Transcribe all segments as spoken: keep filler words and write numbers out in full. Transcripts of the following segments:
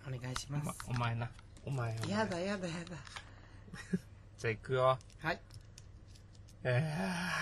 お願いします。 お前な、お前な。 やだやだやだ。 じゃあ行くよ。 はい。 え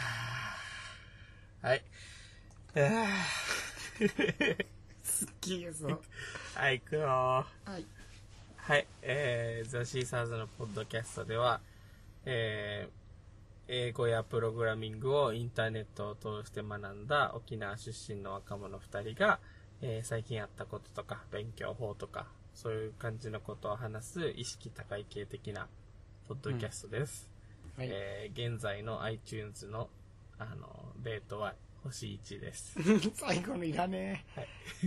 ー、はい。えー、 すっげえぞ。 はい、行くよ。 はい。 はい、えー、ザ・シーサーズのポッドキャストでは、えー、英語やプログラミングをインターネットを通して学んだ沖縄出身の若者ふたりが、えー、最近あったこととか勉強法とかそういう感じのことを話す意識高い系的なポッドキャストです、うんはいえー、現在の iTunes の、あのレートは星いちです最後のいらねえ、 はい、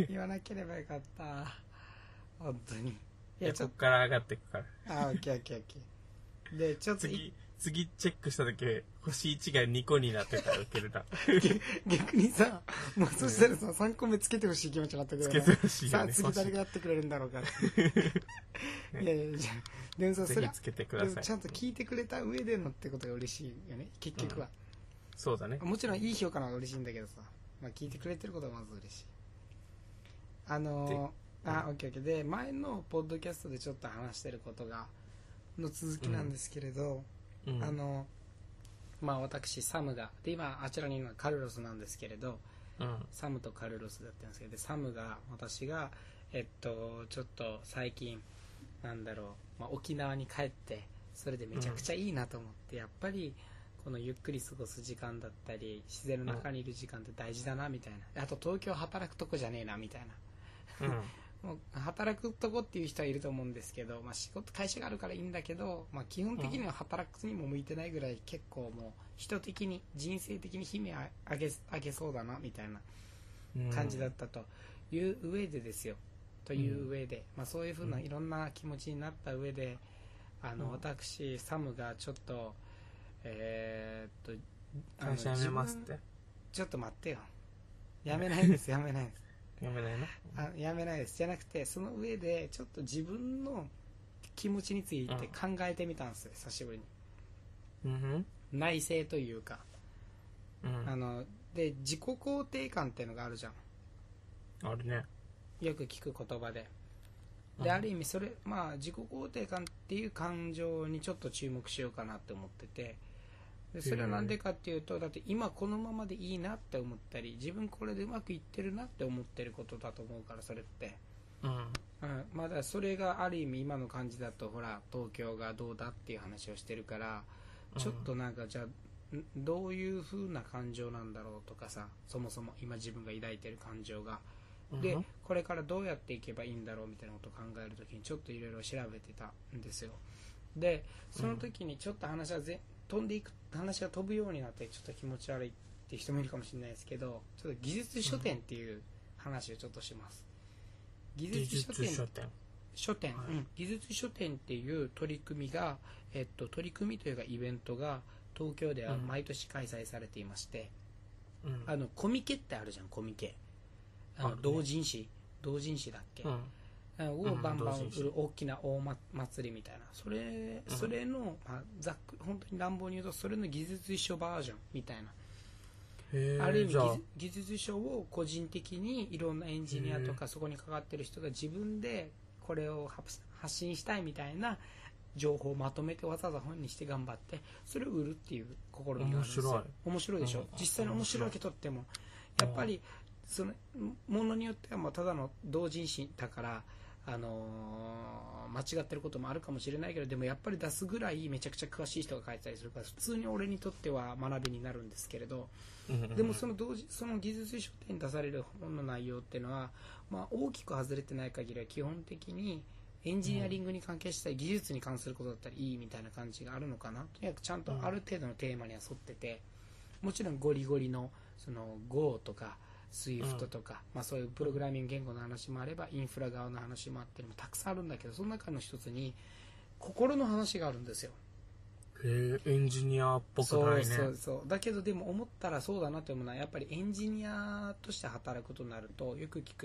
言わなければよかった本当に。 いやこっから上がっていくからあ、オッケーオッケーオッケー。で、ちょっと次次チェックした時星いちがにこになってたらウケるな逆にさ、もうそしたらさ、うん、さんこめつけてほしい気持ちになったけど、ね、 つけてほしいよね。 さあ次誰がやってくれるんだろうかっていやいやじゃでもさそれつけてください。 ちゃんと聞いてくれた上でのってことが嬉しいよね結局は、うん、 そうだね。 もちろんいい評価の方が嬉しいんだけどさ、まあ、聞いてくれてることがまず嬉しい。あのー、あ、オッケーオッケー。で前のポッドキャストでちょっと話してることがの続きなんですけれど、うん、あのまあ私サムがで今あちらにいるのはカルロスなんですけれど、うん、サムとカルロスだったんですけどでサムが私がえっとちょっと最近なんだろう、まあ、沖縄に帰ってそれでめちゃくちゃいいなと思って、うん、やっぱりこのゆっくり過ごす時間だったり自然の中にいる時間って大事だなみたいな、あと東京働くとこじゃねえなみたいな、うんもう働くとこっていう人はいると思うんですけど、まあ、仕事会社があるからいいんだけど、まあ、基本的には働くにも向いてないぐらい結構もう人的に人生的に悲鳴あげ、あげそうだなみたいな感じだったという上でですよ、という上で、まあ、そういうふうないろんな気持ちになった上であの私サムがちょっとえー、っと会社辞めますって。 ちょっと待ってよ、辞めないです辞めないですやめないの？ あ、やめないです。じゃなくて、その上でちょっと自分の気持ちについて考えてみたんですよ、久しぶりに。うん、内省というか、うん、あので自己肯定感っていうのがあるじゃん。 あるね。 よく聞く言葉で。で、ある意味それまあ自己肯定感っていう感情にちょっと注目しようかなって思ってて。でそれはなんでかっていうと、だって今このままでいいなって思ったり自分これでうまくいってるなって思ってることだと思うから、それって、うんうん、まだそれがある意味今の感じだとほら東京がどうだっていう話をしてるから、ちょっとなんかじゃあどういう風な感情なんだろうとかさ、そもそも今自分が抱いてる感情がでこれからどうやっていけばいいんだろうみたいなことを考えるときにちょっといろいろ調べてたんですよ。でその時にちょっと話はぜ飛んでいく話が飛ぶようになってちょっと気持ち悪いっていう人もいるかもしれないですけど、ちょっと技術書店っていう話をちょっとします。技術書店、書店、書店、はいうん、技術書店っていう取り組みが、えっと、取り組みというかイベントが東京では毎年開催されていまして、うん、あのコミケってあるじゃん、コミケ、あの、ね、同人誌同人誌だっけ、うんをバンバン売る大きな大祭りみたいな、それそれの、まあ、ざっく本当に乱暴に言うとそれの技術書バージョンみたいな、ある意味技術書を個人的にいろんなエンジニアとかそこに関わってる人が自分でこれを発信したいみたいな情報をまとめてわざわざ本にして頑張ってそれを売るっていう試みがあるんですよ。面白い面白いでしょ、うん、実際に面白いけとってもやっぱりそのものによってはもうただの同人誌だからあのー、間違ってることもあるかもしれないけど、でもやっぱり出すぐらいめちゃくちゃ詳しい人が書いてたりするから普通に俺にとっては学びになるんですけれど、でもその同時その技術書店に出される本の内容っていうのは、まあ、大きく外れてない限りは基本的にエンジニアリングに関係したり技術に関することだったらいいみたいな感じがあるのかな。とにかくちゃんとある程度のテーマには沿ってて、もちろんゴリゴリのその Go とかスイフト とか、うんまあ、そういうプログラミング言語の話もあればインフラ側の話もあってもたくさんあるんだけど、その中の一つに心の話があるんですよ。 へえ、エンジニアっぽくないね。 そうそうそう。だけどでも思ったらそうだなと思うのはやっぱりエンジニアとして働くことになるとよく聞く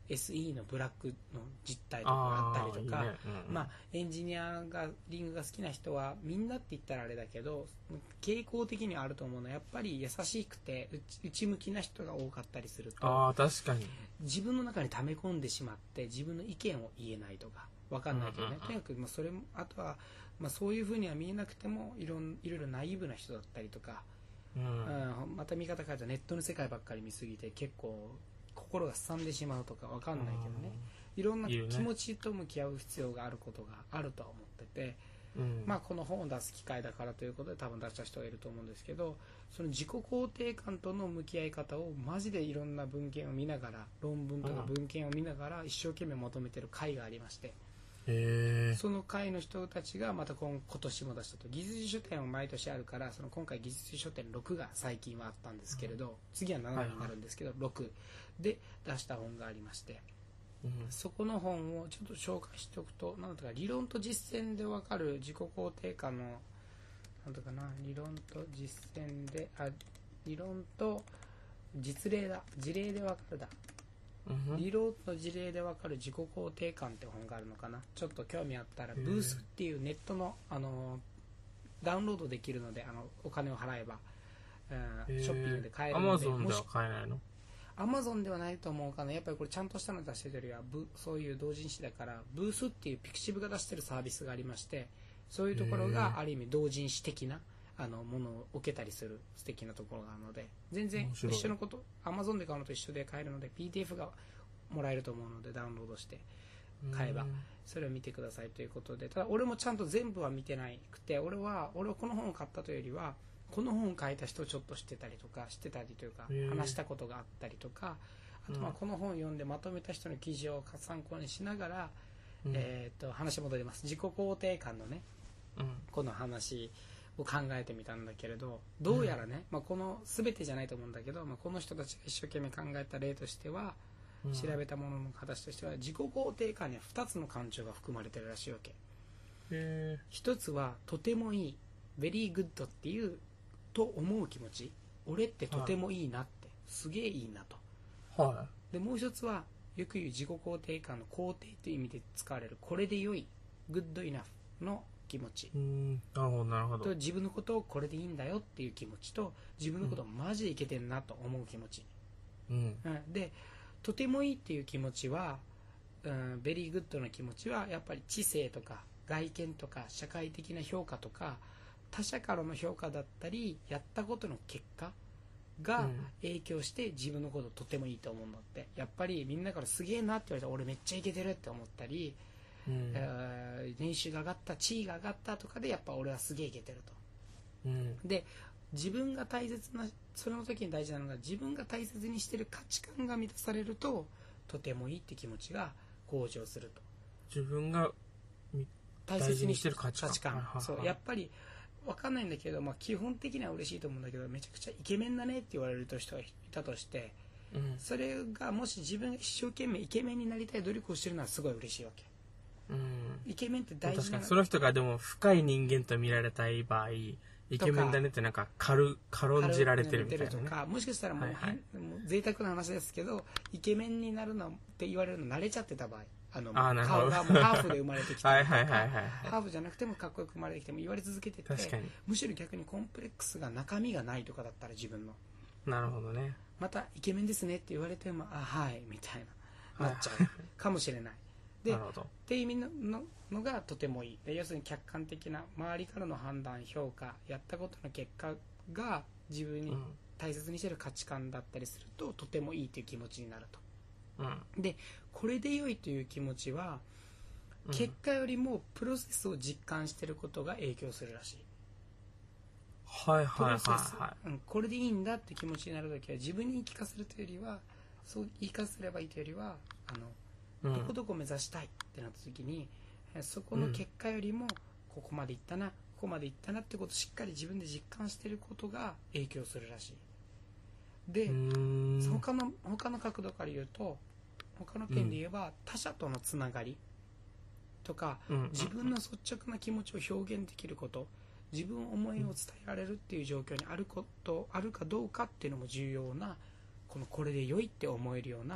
エスイー のブラックの実態とかがあったりとか、 いいねうんうん、 まあ、エンジニアがリングが好きな人はみんなって言ったらあれだけど傾向的にはあると思うのはやっぱり優しくて内向きな人が多かったりすると、 あ確かに自分の中に溜め込んでしまって自分の意見を言えないとか分かんないけどね、とにかくまあそれもあとは、まあ、そういうふうには見えなくてもいろんいろいろナイーブな人だったりとか、 うんうん、また見方変えたらネットの世界ばっかり見すぎて結構心がすさんでしまうとか分かんないけどね、いろんな気持ちと向き合う必要があることがあるとは思ってて、 うんまあ、この本を出す機会だからということで多分出した人がいると思うんですけど、その自己肯定感との向き合い方をマジでいろんな文献を見ながら論文とか文献を見ながら一生懸命求めてる会がありまして、 へその会の人たちがまた今今年も出したと。技術書店は毎年あるから、その今回技術書店ろくが最近はあったんですけれど、次はななになるんですけど、ろくで出した本がありまして、 うんそこの本をちょっと紹介しておくと、なんとか理論と実践で分かる自己肯定感のなんとかな理論と実践であ理論と実例だ事例で分かるだうん理論と事例で分かる自己肯定感って本があるのかな。ちょっと興味あったらブースっていうネットの、あのダウンロードできるので、あのお金を払えば、うん、ショッピングで買えるので、 アマゾンでは買えないの？ アマゾンではないと思うかな。やっぱりこれちゃんとしたの出してるよりはブそういう同人誌だから、ブースっていうピクシブが出してるサービスがありまして、そういうところがある意味同人誌的なあのものを置けたりする素敵なところがあるので、全然面白い一緒のこと、アマゾンで買うのと一緒で買えるので ピーディーエフ がもらえると思うので、ダウンロードして買えばそれを見てくださいということで、ただ俺もちゃんと全部は見てなくて、俺は俺はこの本を買ったというよりはこの本を書いた人をちょっと知ってたりとか知ってたりというか話したことがあったりとか、あとまあこの本を読んでまとめた人の記事を参考にしながら、 うんえー、と話戻ります。自己肯定感のねうんこの話を考えてみたんだけれど、どうやらね、まあ、この全てじゃないと思うんだけど、まあ、この人たちが一生懸命考えた例としては、 うん調べたものの形としては自己肯定感にはふたつの感情が含まれてるらしいわけ。 へ一つはとてもいい、ベリーグッドっていうと思う気持ち、俺ってとてもいいなって、すげえいいなと。 ーはでもう一つはよく言う自己肯定感の肯定という意味で使われるこれで良い、グッドイナフの気持ちい。うんなるほどなるほど。 と、自分のことをこれでいいんだよっていう気持ちと、自分のことをマジでいけてんなと思う気持ち、 うんうん、でとてもいいっていう気持ちは、うん、ベリーグッドな気持ちはやっぱり知性とか外見とか社会的な評価とか他者からの評価だったりやったことの結果が影響して自分のことをとてもいいと思うのって、やっぱりみんなからすげえなって言われたら俺めっちゃいけてるって思ったり、 うんえー年収が上がった地位が上がったとかでやっぱ俺はすげえいけてると。 うんで自分が大切なその時に大事なのが自分が大切にしている価値観が満たされるととてもいいって気持ちが向上すると。 自分が大切にしてる大事にしてる価値観はいはいはいそうやっぱり分かんないんだけど、まあ、基本的には嬉しいと思うんだけど、めちゃくちゃイケメンだねって言われる人がいたとして、 うんそれがもし自分が一生懸命イケメンになりたい努力をしてるのはすごい嬉しいわけ。 うんイケメンって大事な確かにその人がでも深い人間と見られたい場合、イケメンだねってなんか軽軽んじられてるみたいな、ね、 とか、もしかしたらもう、 はいはい変もう贅沢な話ですけどイケメンになるのって言われるの慣れちゃってた場合、あのあーなるほど顔がもうハーフで生まれてきたりとかはいはいはいはいはいハーフじゃなくてもかっこよく生まれてきても言われ続けてて、 確かにむしろ逆にコンプレックスが中身がないとかだったら自分のなるほどね。 またイケメンですねって言われてもあはいみたいななっちゃうかもしれないでなるほど。 っていう意味のののがとてもいいで、要するに客観的な周りからの判断評価やったことの結果が自分にうん大切にしている価値観だったりするととてもいいという気持ちになると。 うんでこれで良いという気持ちはうん結果よりもプロセスを実感していることが影響するらしい。 はいはいはいプロセス、 はうん、これでいいんだって気持ちになるときは自分に言い聞かせるというよりはそう言い聞かせればいいというよりはあのい。うんどこどこ目指したいってなった時に、えそこの結果よりもここまでいったな、ここまでいったなってことをしっかり自分で実感していることが影響するらしい。で、 うーん他の他の角度から言うと他の点で言えば、他者とのつながりとか、 うん自分の率直な気持ちを表現できること、自分思いを伝えられるっていう状況にあることあるかどうかっていうのも重要な、このこれで良いって思えるような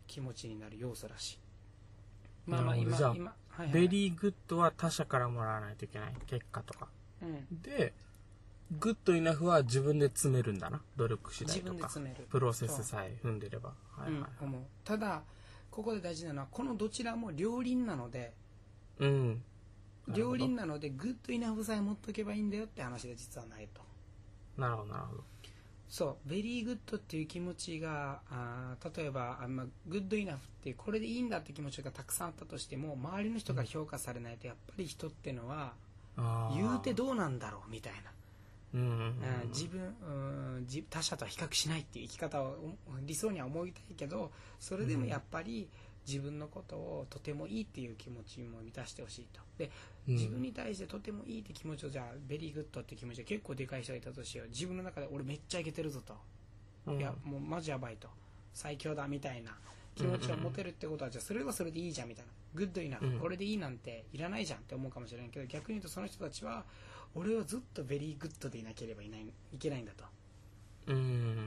気持ちになる要素らしい。まあまあ今なるほどじゃあ今、はいはい、 ベリーグッドは他者からもらわないといけない。結果とか。 うん、 で、グッドイナフは自分で詰めるんだな。努力次第自分でとか。 詰めるプロセスさえ踏んでれば。はいはい、はいうん、思う。ただここで大事なのはこのどちらも両輪なので、 うん。 両輪なのでグッドイナフさえ持っとけばいいんだよって話で実はないと。 なるほどなるほど。 そうベリーグッドっていう気持ちがあ例えばあ、まあ、グッドイナフっていうこれでいいんだって気持ちがたくさんあったとしても周りの人が評価されないとやっぱり人ってのは言うてどうなんだろうみたいな、 うんうんうんうん、 自分うん他者とは比較しないっていう生き方を理想には思いたいけどそれでもやっぱり自分のことをとてもいいっていう気持ちも満たしてほしいと。で自分に対してとてもいいって気持ちをじゃあベリーグッドって気持ちが結構でかい人がいたとしよう。自分の中で俺めっちゃイケてるぞと、うん、いやもうマジやばいと最強だみたいな気持ちを持てるってことは、じゃあそれはそれでいいじゃんみたいな、グッドイナフ、これでいいなんていらないじゃんって思うかもしれないけど、逆に言うとその人たちは俺はずっとベリーグッドでいなければいないいけないんだと、 うん、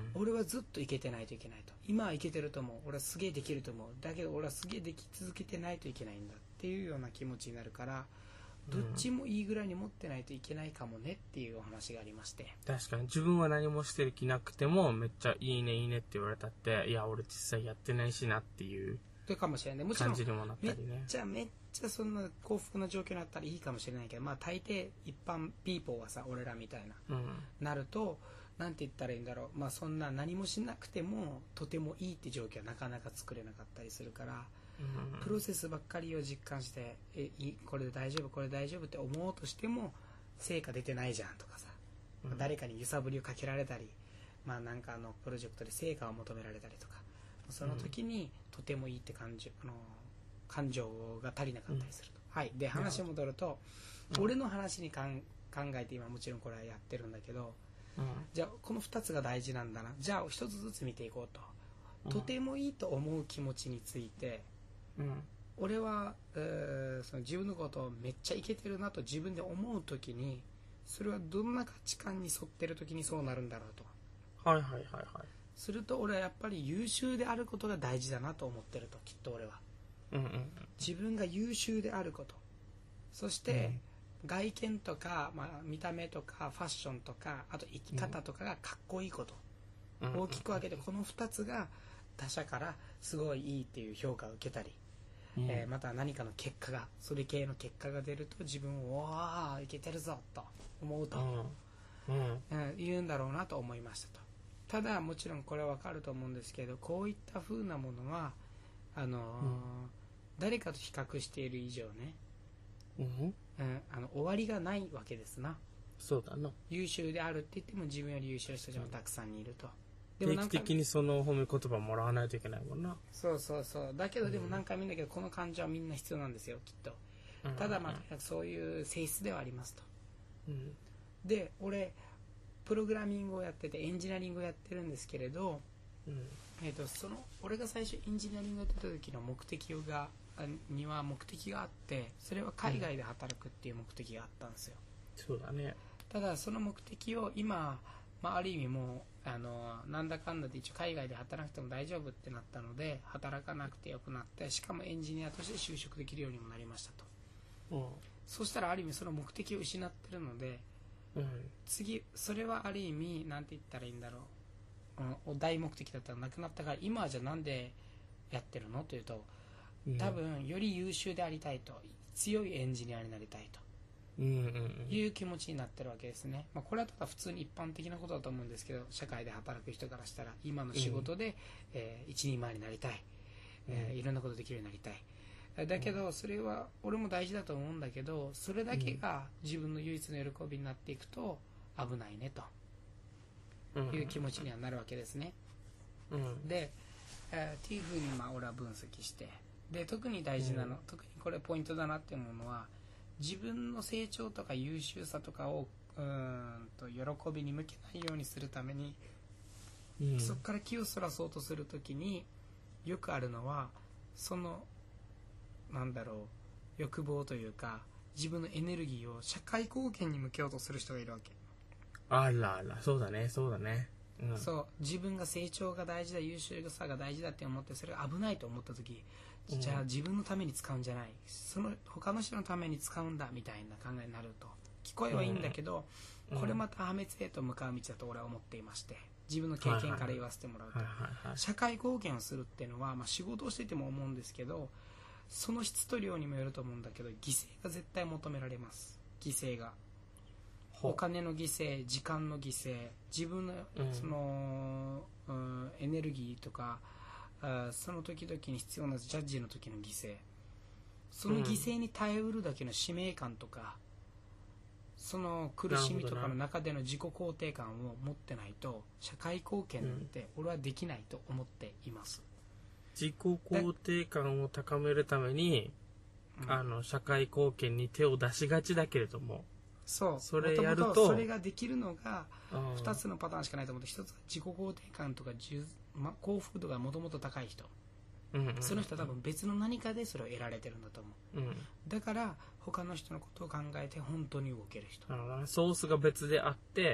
俺はずっといけてないといけないと。今はいけてると思う、俺はすげえできると思う、だけど俺はすげえでき続けてないといけないんだっていうような気持ちになるから、どっちもいいぐらいに持ってないといけないかもねっていうお話がありまして、 確かに自分は何もしてる気なくてもめっちゃいいねいいねって言われたって、いや俺実際やってないしなっていうかもしれない。もちろん感じにもなったりね。 めっちゃめっちゃそんな幸福な状況になったらいいかもしれないけど、まあ大抵一般ピーポーはさ、俺らみたいな、 うん、 なるとなんて言ったらいいんだろう、まあそんな何もしなくてもとてもいいって状況はなかなか作れなかったりするから、うん、プロセスばっかりを実感してえいこれで大丈夫これで大丈夫って思おうとしても成果出てないじゃんとかさ、うん、誰かに揺さぶりをかけられたり、まあなんかあのプロジェクトで成果を求められたりとか、その時にとてもいいって感じ、あの感情が足りなかったりすると、うん、はい。で話戻ると、うん、俺の話にかん考えて今もちろんこれはやってるんだけど、うん、じゃあこのふたつが大事なんだな、じゃあひとつずつ見ていこうと、うん、とてもいいと思う気持ちについて、うん、俺は、えー、その自分のことをめっちゃイケてるなと自分で思う時に、それはどんな価値観に沿ってる時にそうなるんだろうと。 はいはいはいはい。 すると俺はやっぱり優秀であることが大事だなと思ってると、きっと俺は、うんうんうん、自分が優秀であること、そして、うん、外見とか、まあ、見た目とかファッションとか、あと生き方とかがかっこいいこと、うん、大きく分けてこのふたつが他者からすごいいいっていう評価を受けたり、うん、えー、また何かの結果がそれ系の結果が出ると自分をおーいけてるぞと思うと、うんうんうん、言うんだろうなと思いましたと。ただもちろんこれは分かると思うんですけど、こういった風なものはあのーうん、誰かと比較している以上ね、うんうん、あの終わりがないわけですな。 そうだな。 優秀であるって言っても自分より優秀な人たちもたくさんいると、 でも定期的にその褒め言葉もらわないといけないもんな。 そうそうそう。だけどでも何回も言うんだけど、うん、この感情はみんな必要なんですよきっと、うん、ただまあそういう性質ではありますと、うん、で俺プログラミングをやっててエンジニアリングをやってるんですけれど、うん、えー、とその俺が最初エンジニアリングをやってた時の目的がには目的があって、それは海外で働くっていう目的があったんですよ、 うん、そうだね。 ただその目的を今、まあ、ある意味もうあのなんだかんだで一応海外で働くても大丈夫ってなったので働かなくてよくなって、しかもエンジニアとして就職できるようにもなりましたと、うん、そしたらある意味その目的を失ってるので、うん、次それはある意味なんて言ったらいいんだろう、うん、大目的だったらなくなったから、今はじゃあなんでやってるのというと、多分より優秀でありたいと、強いエンジニアになりたいという気持ちになってるわけですね、まあ、これはただ普通に一般的なことだと思うんですけど、社会で働く人からしたら今の仕事で、うん、えー、一人前になりたい、えー、いろんなことできるようになりたい。だけどそれは俺も大事だと思うんだけど、それだけが自分の唯一の喜びになっていくと危ないねという気持ちにはなるわけですね、うん、で、えー、っていうふうにまあ俺は分析して、で特に大事なの、うん、特にこれポイントだなって思うのは、自分の成長とか優秀さとかをうーんと喜びに向けないようにするために、うん、そこから気をそらそうとするときによくあるのは、そのなんだろう欲望というか自分のエネルギーを社会貢献に向けようとする人がいるわけ。 あらあら、そうだねそうだね。 うん、 そう自分が成長が大事だ、優秀さが大事だって思ってそれが危ないと思った時、うん、じゃあ自分のために使うんじゃない、その他の人のために使うんだみたいな考えになると、聞こえはいいんだけど、うん、これまた破滅へと向かう道だと俺は思っていまして、自分の経験から言わせてもらうと、社会貢献をするっていうのは、まあ、仕事をしてても思うんですけど、その質と量にもよると思うんだけど、犠牲が絶対求められます。犠牲がお金の犠牲、時間の犠牲、自分のその、うん、エネルギーとか、あその時々に必要なジャッジの時の犠牲、その犠牲に耐えうるだけの使命感とか、その苦しみとかの中での自己肯定感を持ってないと社会貢献なんて俺はできないと思っています。 自己肯定感を高めるために、うん、あの社会貢献に手を出しがちだけれども、 そうそれやるとそれができるのがふたつのパターンしかないと思って、ひとつは自己肯定感とか、ま、幸福度がもともと高い人、うんうんうん、その人は多分別の何かでそれを得られてるんだと思う、うん、だから他の人のことを考えて本当に動ける人、 ソースが別であって、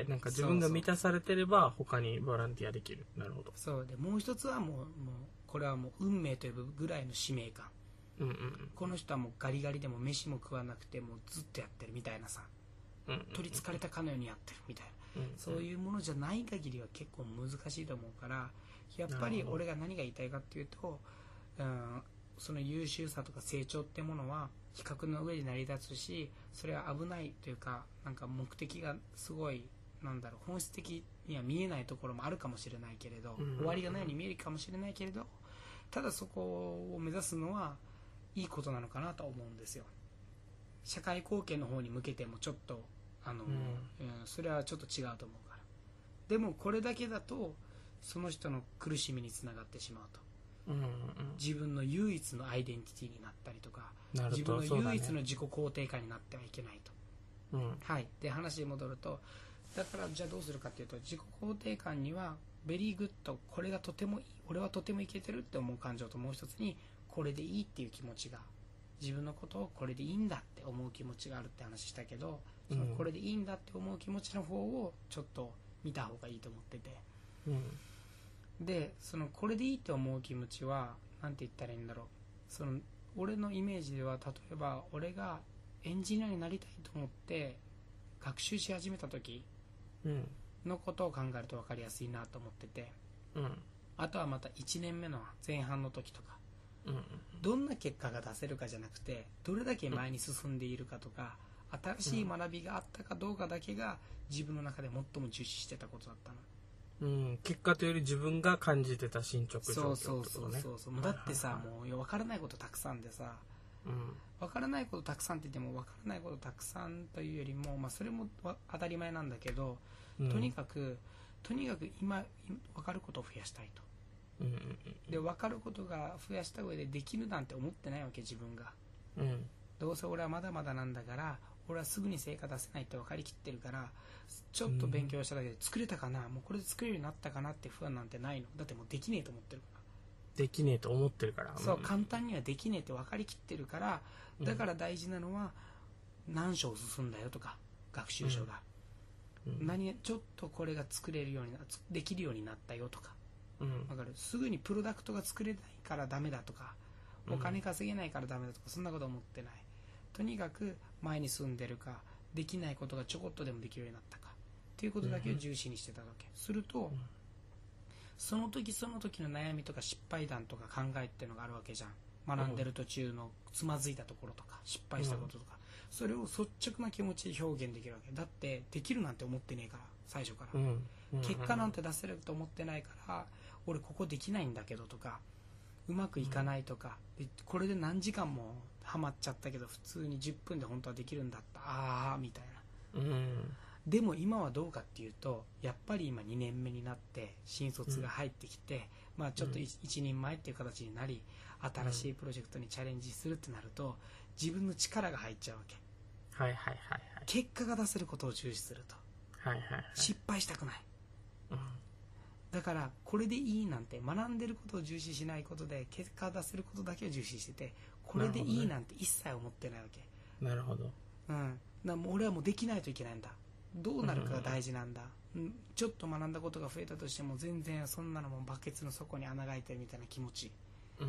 なんか自分が満たされてれば他にボランティアできる。なるほど。 そうで、もう一つはもう、もうこれはもう運命というぐらいの使命感、うんうんうん、この人はもうガリガリでも飯も食わなくてもうずっとやってるみたいなさ、うんうんうん、取りつかれたかのようにやってるみたいな、うんうん、そういうものじゃない限りは結構難しいと思うから、やっぱり俺が何が言いたいかっていうと、うん、その優秀さとか成長ってものは比較の上で成り立つし、それは危ないというか、なんか目的がすごい、なんだろう、本質的には見えないところもあるかもしれないけれど、うんうんうん、終わりがないように見えるかもしれないけれど、ただそこを目指すのはいいことなのかなと思うんですよ。社会貢献の方に向けてもちょっとあの、うんうん、それはちょっと違うと思うから。でもこれだけだとその人の苦しみにつながってしまうと、うんうんうん、自分の唯一のアイデンティティになったりとか、自分の唯一の自己肯定感になってはいけないと、うん、はいで話に戻ると、だからじゃあどうするかっていうと、自己肯定感にはベリーグッド、これがとてもいい、俺はとてもいけてるって思う感情と、もう一つにこれでいいっていう気持ちが、自分のことをこれでいいんだって思う気持ちがあるって話したけど、そのこれでいいんだって思う気持ちの方をちょっと見た方がいいと思ってて、うん、でそのこれでいいと思う気持ちはなんて言ったらいいんだろう、その俺のイメージでは、例えば俺がエンジニアになりたいと思って学習し始めた時のことを考えると分かりやすいなと思ってて、うん、あとはまたいちねんめの前半の時とか、うん、どんな結果が出せるかじゃなくて、どれだけ前に進んでいるかとか、新しい学びがあったかどうかだけが自分の中で最も重視してたことだったの。 うん、結果というより自分が感じてた進捗状況ってことね。 そうそうそうそう、だってさ、もう分からないことたくさんでさ、うん、分からないことたくさんって言っても分からないことたくさんというよりも、まあ、それも当たり前なんだけど、うん、とにかくとにかく今分かることを増やしたいと、うんうんうん、で分かることが増やした上でできるなんて思ってないわけ、自分が、うん、どうせ俺はまだまだなんだから、俺はすぐに成果出せないって分かりきってるから、ちょっと勉強しただけで作れたかな、うん、もうこれで作れるようになったかなって不安なんてないの。だってもうできねえと思ってるから。 できねえと思ってるから、 そう、簡単にはできねえって分かりきってるから、だから大事なのは何章進んだよとか、学習書が、うん、何ちょっとこれが作れるようにな、できるようになったよとか、うん、分かる。すぐにプロダクトが作れないからダメだとか、お金稼げないからダメだとか、そんなこと思ってない。とにかく前に進んでるか、できないことがちょこっとでもできるようになったかっていうことだけを重視にしてたわけ、うん、すると、うん、その時その時の悩みとか失敗談とか考えっていうのがあるわけじゃん。学んでる途中のつまずいたところとか失敗したこととか、うん、それを率直な気持ちで表現できるわけだって。できるなんて思ってねえから、最初から、うんうん、結果なんて出せると思ってないから、俺ここできないんだけどとか、うまくいかないとか、でこれで何時間もハマっちゃったけど普通にじゅっぷんで本当はできるんだった、あーみたいな、うん、でも今はどうかっていうと、やっぱり今にねんめになって新卒が入ってきて、うん、まあちょっと一人前っていう形になり、新しいプロジェクトにチャレンジするってなると、自分の力が入っちゃうわけ、 はいはいはいはい、 結果が出せることを重視すると、はいはいはい、失敗したくない、うん、だからこれでいいなんて、学んでることを重視しないことで結果出せることだけを重視してて、これでいいなんて一切思ってないわけ。 なるほど、 うん、だもう俺はもうできないといけないんだ、 どうなるかが大事なんだ、うん、ちょっと学んだことが増えたとしても全然そんなのもバケツの底に穴が開いてるみたいな気持ち、うん、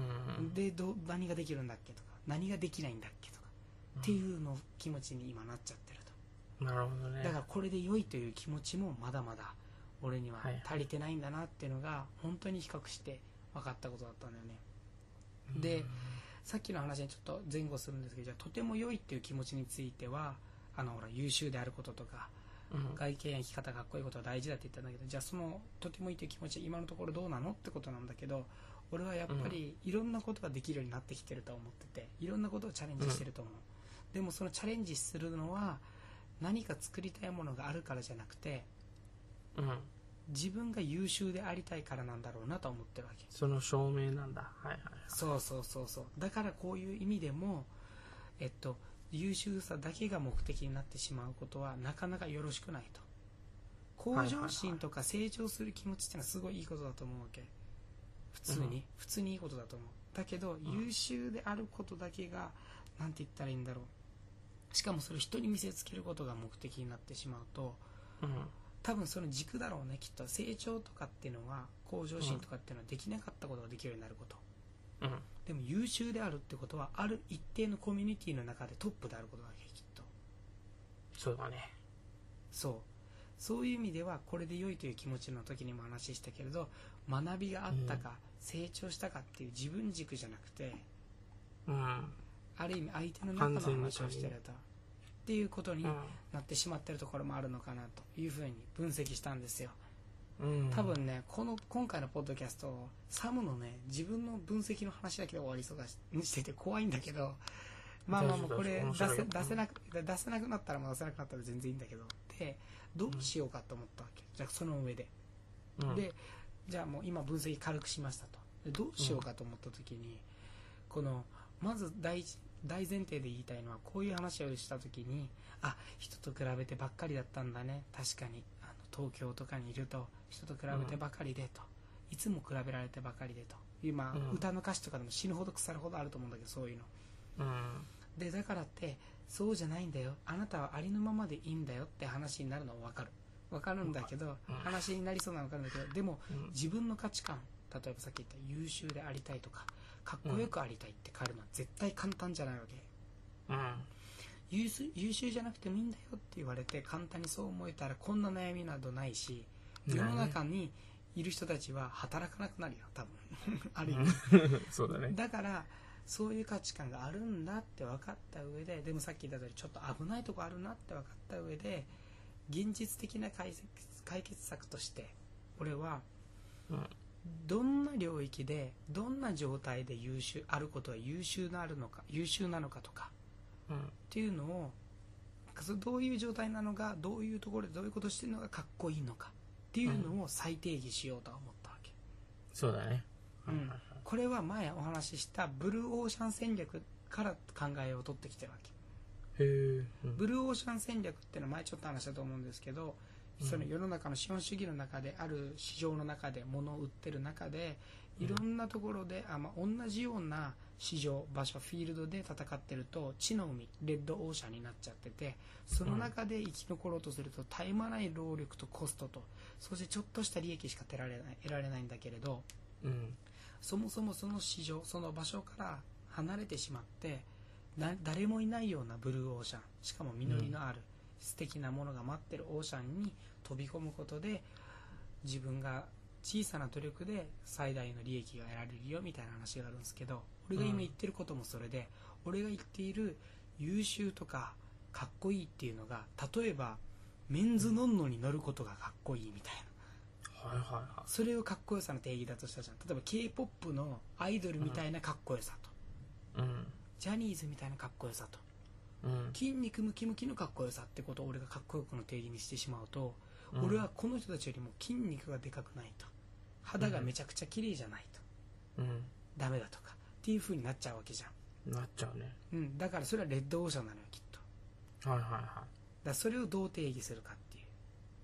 でど何ができるんだっけとか何ができないんだっけとか、うん、っていうの気持ちに今なっちゃってると。 なるほどね。 だからこれで良いという気持ちもまだまだ俺には足りてないんだなっていうのが本当に比較して分かったことだったんだよね、うん、でさっきの話にちょっと前後するんですけど、じゃあとても良いっていう気持ちについてはあのほら優秀であることとか、うん、外見や生き方かっこいいことは大事だって言ったんだけど、じゃあそのとてもいいという気持ちは今のところどうなのってことなんだけど、俺はやっぱりいろんなことができるようになってきてると思ってて、いろんなことをチャレンジしてると思う、うん、でもそのチャレンジするのは何か作りたいものがあるからじゃなくて、うん、自分が優秀でありたいからなんだろうなと思ってるわけ。 その証明なんだ。はいはい、はい、そうそうそうそう。だからこういう意味でもえっと優秀さだけが目的になってしまうことはなかなかよろしくないと。向上心とか成長する気持ちってのはすごいいいことだと思うわけ。普通に、うん、普通にいいことだと思う。だけど、うん、優秀であることだけがなんて言ったらいいんだろう。しかもそれを人に見せつけることが目的になってしまうと、うん、多分その軸だろうね。きっと成長とかっていうのは向上心とかっていうのはできなかったことができるようになること。うん、でも優秀であるってことはある一定のコミュニティの中でトップであることだけきっと。 そうだね。 そうそういう意味ではこれで良いという気持ちの時にも話したけれど、学びがあったか、うん、成長したかっていう自分軸じゃなくて、うん、ある意味相手の中の話をしてるとっていうことになってしまっているところもあるのかなというふうに分析したんですよ。うん、多分ねこの今回のポッドキャストサムのね自分の分析の話だけで終わりそうだししてて怖いんだけど、まあまあまあこれ出せ出せなく出せなくなったらも出せなくなったら全然いいんだけど、でどうしようかと思ったわけ、うん、じゃあその上で、うん、でじゃあもう今分析軽くしましたと。でどうしようかと思った時に、うん、このまず第一大前提で言いたいのはこういう話をした時に、あ人と比べてばっかりだったんだね、確かにあの東京とかにいると人と比べてばかりでと、うん、いつも比べられてばかりでと今、うん、歌の歌詞とかでも死ぬほど腐るほどあると思うんだけどそういうの、うん、でだからってそうじゃないんだよ、あなたはありのままでいいんだよって話になるのは分かる分かるんだけど、うん、話になりそうなの分かるんだけど、でも、うん、自分の価値観、例えばさっき言った優秀でありたいとかかっこよくありたいって変えるのは絶対簡単じゃないわけ、うん、優秀、優秀じゃなくてもいいんだよって言われて簡単にそう思えたらこんな悩みなどないし、世の中にいる人たちは働かなくなるよ多分ある意味そうだね。 だからそういう価値観があるんだって分かった上で、でもさっき言った通りちょっと危ないとこあるなって分かった上で現実的な解決、解決策として俺は、うん、どんな領域でどんな状態で優秀あることは優秀なるのか優秀なのかとか、うん、っていうのをどういう状態なのか、どういうところでどういうことをしてるのがかっこいいのかっていうのを再定義しようとは思ったわけ、 うん、そうだね、 うん、これは前お話ししたブルーオーシャン戦略から考えを取ってきてるわけ。 へー、うん、 ブルーオーシャン戦略っていうのは前ちょっと話したと思うんですけど、うん、その世の中の資本主義の中である市場の中で物を売ってる中でいろんなところで、うん、あまあ、同じような市場場所フィールドで戦ってると地の海レッドオーシャンになっちゃってて、その中で生き残ろうとすると絶え間ない労力とコストとそしてちょっとした利益しか得られない、得られないんだけれど、うん、そもそもその市場その場所から離れてしまって誰もいないようなブルーオーシャン、しかも実りのある素敵なものが待ってるオーシャンに飛び込むことで自分が小さな努力で最大の利益が得られるよみたいな話があるんですけど、俺が今言ってることもそれで、うん、俺が言っている優秀とかかっこいいっていうのが例えばメンズノンノに乗ることがかっこいいみたいな、はいはいはい、それをかっこよさの定義だとしたじゃん。例えば K-ポップ のアイドルみたいなかっこよさと、うん、ジャニーズみたいなかっこよさと、うん、筋肉ムキムキのかっこよさってことを俺がかっこよくの定義にしてしまうと、うん、俺はこの人たちよりも筋肉がでかくないと肌がめちゃくちゃ綺麗じゃないと、うん、ダメだとかっていう風になっちゃうわけじゃん。なっちゃうね、 うん、だからそれはレッドオーシャンなのよきっと。 はいはいはい。だからそれをどう定義するかっていう。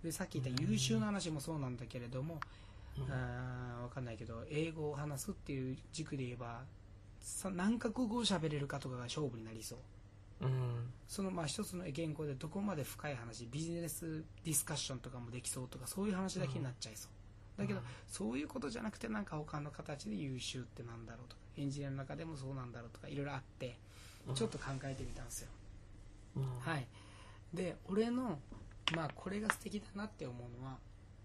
でさっき言った優秀な話もそうなんだけれども、うん、あ分かんないけど英語を話すっていう軸で言えば何カ国語を喋れるかとかが勝負になりそう。 うん、 そのまあ一つの言語でどこまで深い話、ビジネスディスカッションとかもできそうとか、そういう話だけになっちゃいそう、うん、だけど、うん、そういうことじゃなくて、なんか他の形で優秀ってなんだろうとか、エンジニアの中でもそうなんだろうとか、いろいろあってちょっと考えてみたんですよ、うん、はい。で俺のまあこれが素敵だなって思うのは、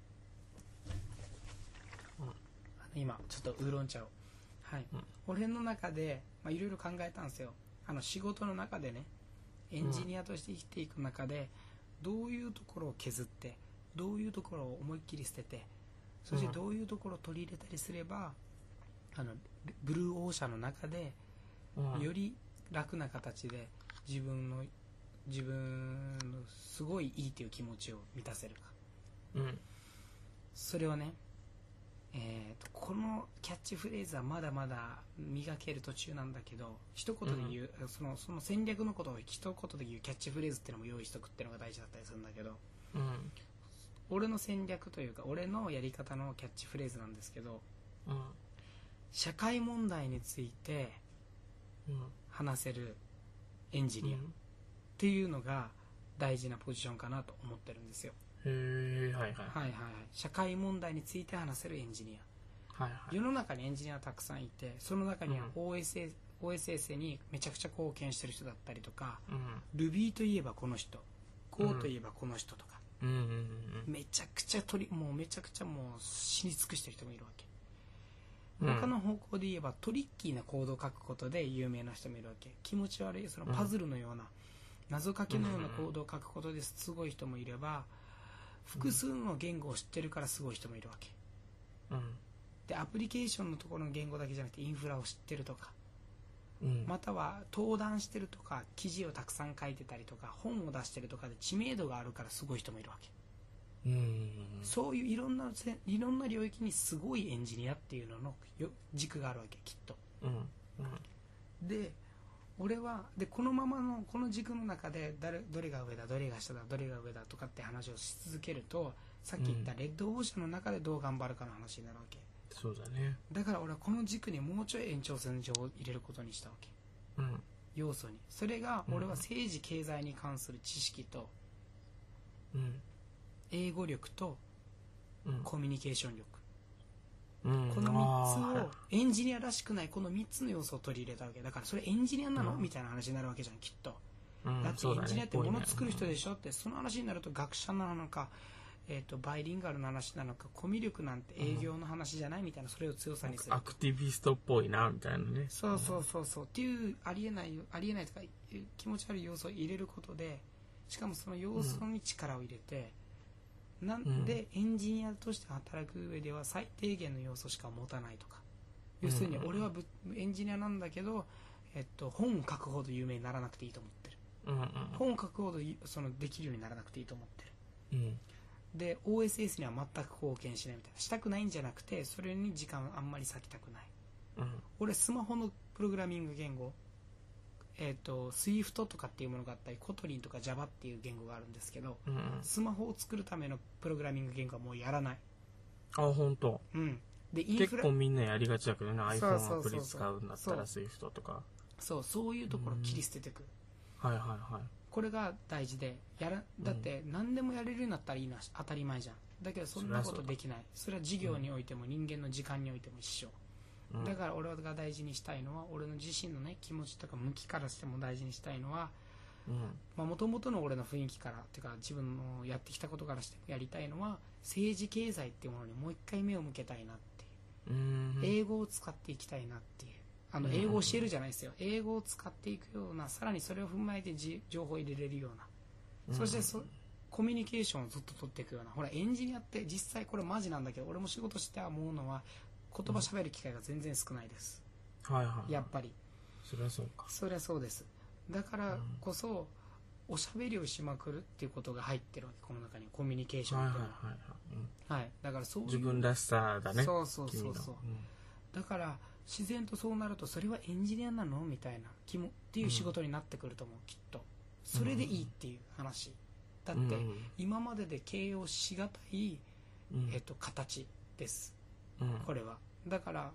うん、あの今ちょっとウーロン茶を、はい、うん、俺の中でいろいろ考えたんですよ。あの仕事の中でね、エンジニアとして生きていく中で、どういうところを削って、どういうところを思いっきり捨てて、そしてどういうところを取り入れたりすれば、あのブルーオーシャンの中でより楽な形で自分の自分のすごいいいという気持ちを満たせるか、うん、それはね、えー、とこのキャッチフレーズはまだまだ磨ける途中なんだけど、一言で言う、うん、その、その戦略のことを一言で言うキャッチフレーズっていうのも用意しとくっていうのが大事だったりするんだけど、うん、俺の戦略というか俺のやり方のキャッチフレーズなんですけど、うん、社会問題について話せるエンジニアっていうのが大事なポジションかなと思ってるんですよ。 へー、はいはいはいはい、社会問題について話せるエンジニア、はいはい、世の中にエンジニアはたくさんいて、その中には オーエスエス、うん、オーエスエス にめちゃくちゃ貢献してる人だったりとか、うん、Ruby といえばこの人、Go といえばこの人とか、うんうんうんうん、めちゃくちゃ取りもうめちゃくちゃもう知り尽くしてる人もいるわけ、うん、他の方向で言えばトリッキーなコードを書くことで有名な人もいるわけ、気持ち悪いそのパズルのような、うん、謎かけのようなコードを書くことですごい人もいれば、複数の言語を知ってるからすごい人もいるわけ、うん、でアプリケーションのところの言語だけじゃなくてインフラを知ってるとか、うん、または登壇してるとか記事をたくさん書いてたりとか本を出してるとかで知名度があるからすごい人もいるわけ、うん、そういういろんないろんな領域にすごいエンジニアっていうのの軸があるわけきっと、うんうん、で俺はでこのままのこの軸の中で誰どれが上だどれが下だどれが上だとかって話をし続けると、さっき言ったレッドオーシャンの中でどう頑張るかの話になるわけ、 そうだね。 だから俺はこの軸にもうちょい延長線上を入れることにしたわけ、うん、要素に。それが俺は政治経済に関する知識と、うん、英語力と、うん、コミュニケーション力、うん、このみっつをエンジニアらしくないこのみっつの要素を取り入れたわけだから、それエンジニアなの、うん、みたいな話になるわけじゃんきっと、うん、だってエンジニアって物作る人でしょって、その話になると学者なのか、えー、とバイリンガルの話なのか、コミュ力なんて営業の話じゃないみたいな、それを強さにするアクティビストっぽいなみたいなね、 そうそうそうそうっていうありえないありえないとか気持ち悪い要素を入れることで、しかもその要素に力を入れて、うん、なんでエンジニアとして働く上では最低限の要素しか持たないとか、要するに俺はぶエンジニアなんだけど、えっと、本を書くほど有名にならなくていいと思ってる、うんうん、本を書くほどそのできるようにならなくていいと思ってる、うん、で オーエスエス には全く貢献しないみたいな、したくないんじゃなくてそれに時間あんまり割きたくない、うん、俺スマホのプログラミング言語、えーと、Swift とかっていうものがあったり、コトリンとか Java っていう言語があるんですけど、うん、スマホを作るためのプログラミング言語はもうやらない。 あ、本当。うん。で、インフラ結構みんなやりがちだけどね、iPhone アプリ使うんだったら Swift とか。 そう、そういうところを切り捨てていく。 うん、はいはいはい。 これが大事で、やらだって何でもやれるようになったらいいな、当たり前じゃん。だけどそんなことできない。それは事業においても人間の時間においても一緒。うん、だから俺が大事にしたいのは、俺の自身のね気持ちとか向きからしても大事にしたいのは、もともとの俺の雰囲気からっていうか自分のやってきたことからしてもやりたいのは、政治経済っていうものにもう一回目を向けたいなっていう、うん、英語を使っていきたいなっていう、あの英語を教えるじゃないですよ、英語を使っていくような、さらにそれを踏まえてじ情報を入れれるような、うん、そしてそコミュニケーションをずっと取っていくような、ほらエンジニアって実際これマジなんだけど、俺も仕事して思うのは言葉喋る機会が全然少ないです、うん、はいはい、はい、やっぱりそりゃそうか、 そりゃそうです。だからこそ、うん、おしゃべりをしまくるっていうことが入ってるわけ、この中にコミュニケーションっていうのは、はいはいはい、はい、だからそういう自分らしさだね、 そうそうそうそう、うん、だから自然とそうなると、それはエンジニアなのみたいな気もっていう仕事になってくると思う、うん、きっとそれでいいっていう話、だって今までで形容しがたい、うん、えっと、形です、うん、これはだから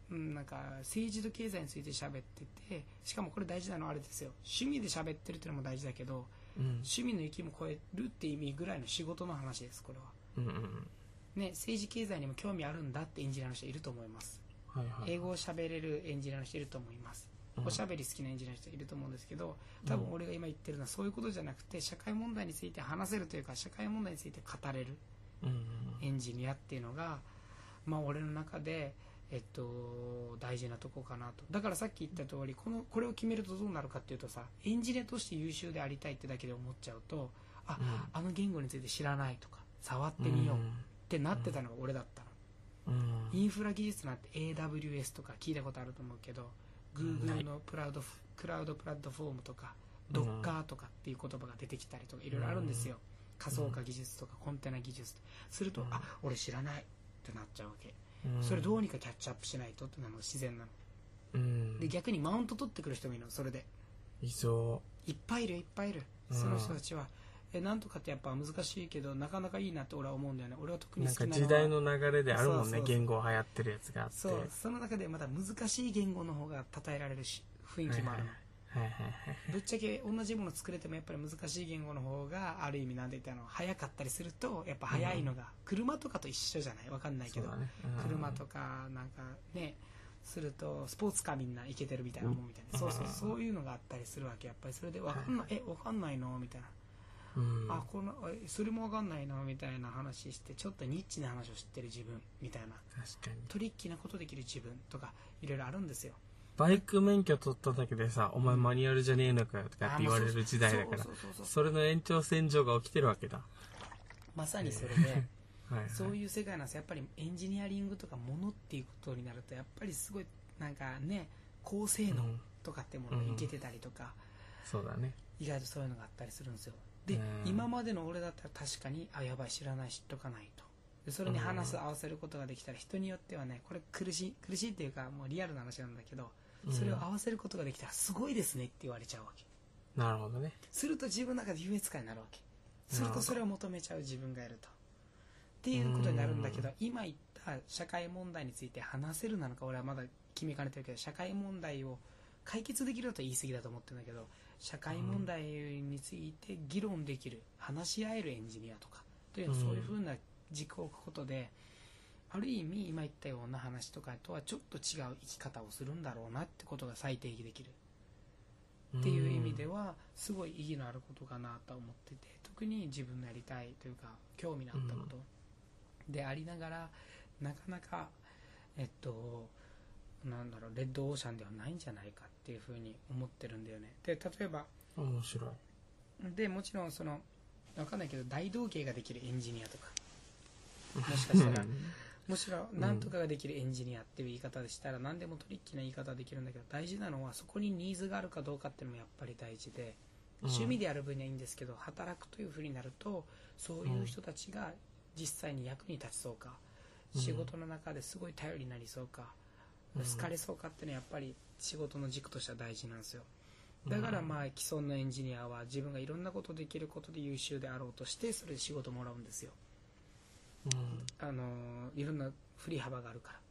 うん、なんか政治と経済について喋ってて、しかもこれ大事なのはあれですよ、趣味で喋ってるっていうのも大事だけど、うん、趣味の域も超えるって意味ぐらいの仕事の話です、これは、うんうんね、政治経済にも興味あるんだってエンジニアの人いると思います、はいはい、英語を喋れるエンジニアの人いると思います、うん、おしゃべり好きなエンジニアの人いると思うんですけど、多分俺が今言ってるのはそういうことじゃなくて、社会問題について話せるというか、社会問題について語れるエンジニアっていうのが、まあ、俺の中でえっと、大事なとこかなと。だからさっき言った通り、このこれを決めるとどうなるかっていうとさ、エンジニアとして優秀でありたいってだけで思っちゃうと、あ、うん、あの言語について知らないとか触ってみようってなってたのが俺だったの、うん、インフラ技術なんて エーダブリューエス とか聞いたことあると思うけど、 Google のクラウド、クラウドプラットフォームとか Docker とかっていう言葉が出てきたりとかいろいろあるんですよ。仮想化技術とかコンテナ技術すると、あ、俺知らないってなっちゃうわけ。それどうにかキャッチアップしないとってなのが自然なの、うん、で逆にマウント取ってくる人もいるの。それでいそういっぱいいるいっぱいいる、うん、その人たちはえなんとかってやっぱ難しいけどなかなかいいなって俺は思うんだよね。俺は特に好きなのはなんか時代の流れであるもんね。そうそうそう、言語流行ってるやつがあって、 そう、その中でまた難しい言語の方が称えられるし雰囲気もあるの、はいはいはいはい、ぶっちゃけ同じもの作れてもやっぱり難しい言語の方がある意味なんて言ったの早かったりすると、やっぱ早いのが、うん、車とかと一緒じゃない、わかんないけど、ね、うん、車とかなんかねするとスポーツカーみんなイケてるみたいなもんみたいな、うん、そうそうそういうのがあったりするわけ。やっぱりそれでわかんない、はい、えわかんないのみたいな、うん、あこのそれもわかんないのみたいな話して、ちょっとニッチな話を知ってる自分みたいな、確かにトリッキーなことできる自分とかいろいろあるんですよ。 バイク免許取っただけでさ、お前マニュアルじゃねえのかよとかって言われる時代だから、それの延長線上が起きてるわけだ。 まさにそれではい、はい、そういう世界なんです。やっぱりエンジニアリングとかものっていうことになると、やっぱりすごいなんかね、高性能とかってものがいけてたりとか、 うん、そうだね、 意外とそういうのがあったりするんですよ。で、今までの俺だったら確かに、あ、やばい知らない知っとかないと。でそれに話す合わせることができたら、人によってはね、これ苦しい苦しいっていうかもうリアルな話なんだけど、それを合わせることができたらすごいですねって言われちゃうわけ。 なるほどね。 すると自分の中で優越感になるわけ。するとそれを求めちゃう自分がいるとっていうことになるんだけど、今言った社会問題について話せるなのか俺はまだ決めかねてるけど、社会問題を解決できると言い過ぎだと思ってるんだけど、社会問題について議論できる、話し合えるエンジニアとかというの、そういうふうな軸を置くことで、ある意味今言ったような話とかとはちょっと違う生き方をするんだろうなってことが再定義できるっていう意味ではすごい意義のあることかなと思ってて、特に自分のやりたいというか興味のあったことでありながら、なかなかえっとなんだろうレッドオーシャンではないんじゃないかっていうふうに思ってるんだよね。で例えば面白いでもちろんその分かんないけど大道芸ができるエンジニアとか、もしかしたらむしろ何とかができるエンジニアっていう言い方でしたら何でもトリッキーな言い方できるんだけど、大事なのはそこにニーズがあるかどうかっていうのもやっぱり大事で、趣味でやる分にはいいんですけど、働くというふうになるとそういう人たちが実際に役に立ちそうか、仕事の中ですごい頼りになりそうか、好かれそうかっていうのはやっぱり仕事の軸としては大事なんですよ。だからまあ既存のエンジニアは自分がいろんなことできることで優秀であろうとしてそれで仕事もらうんですよ。うん、あのいろんな振り幅があるから、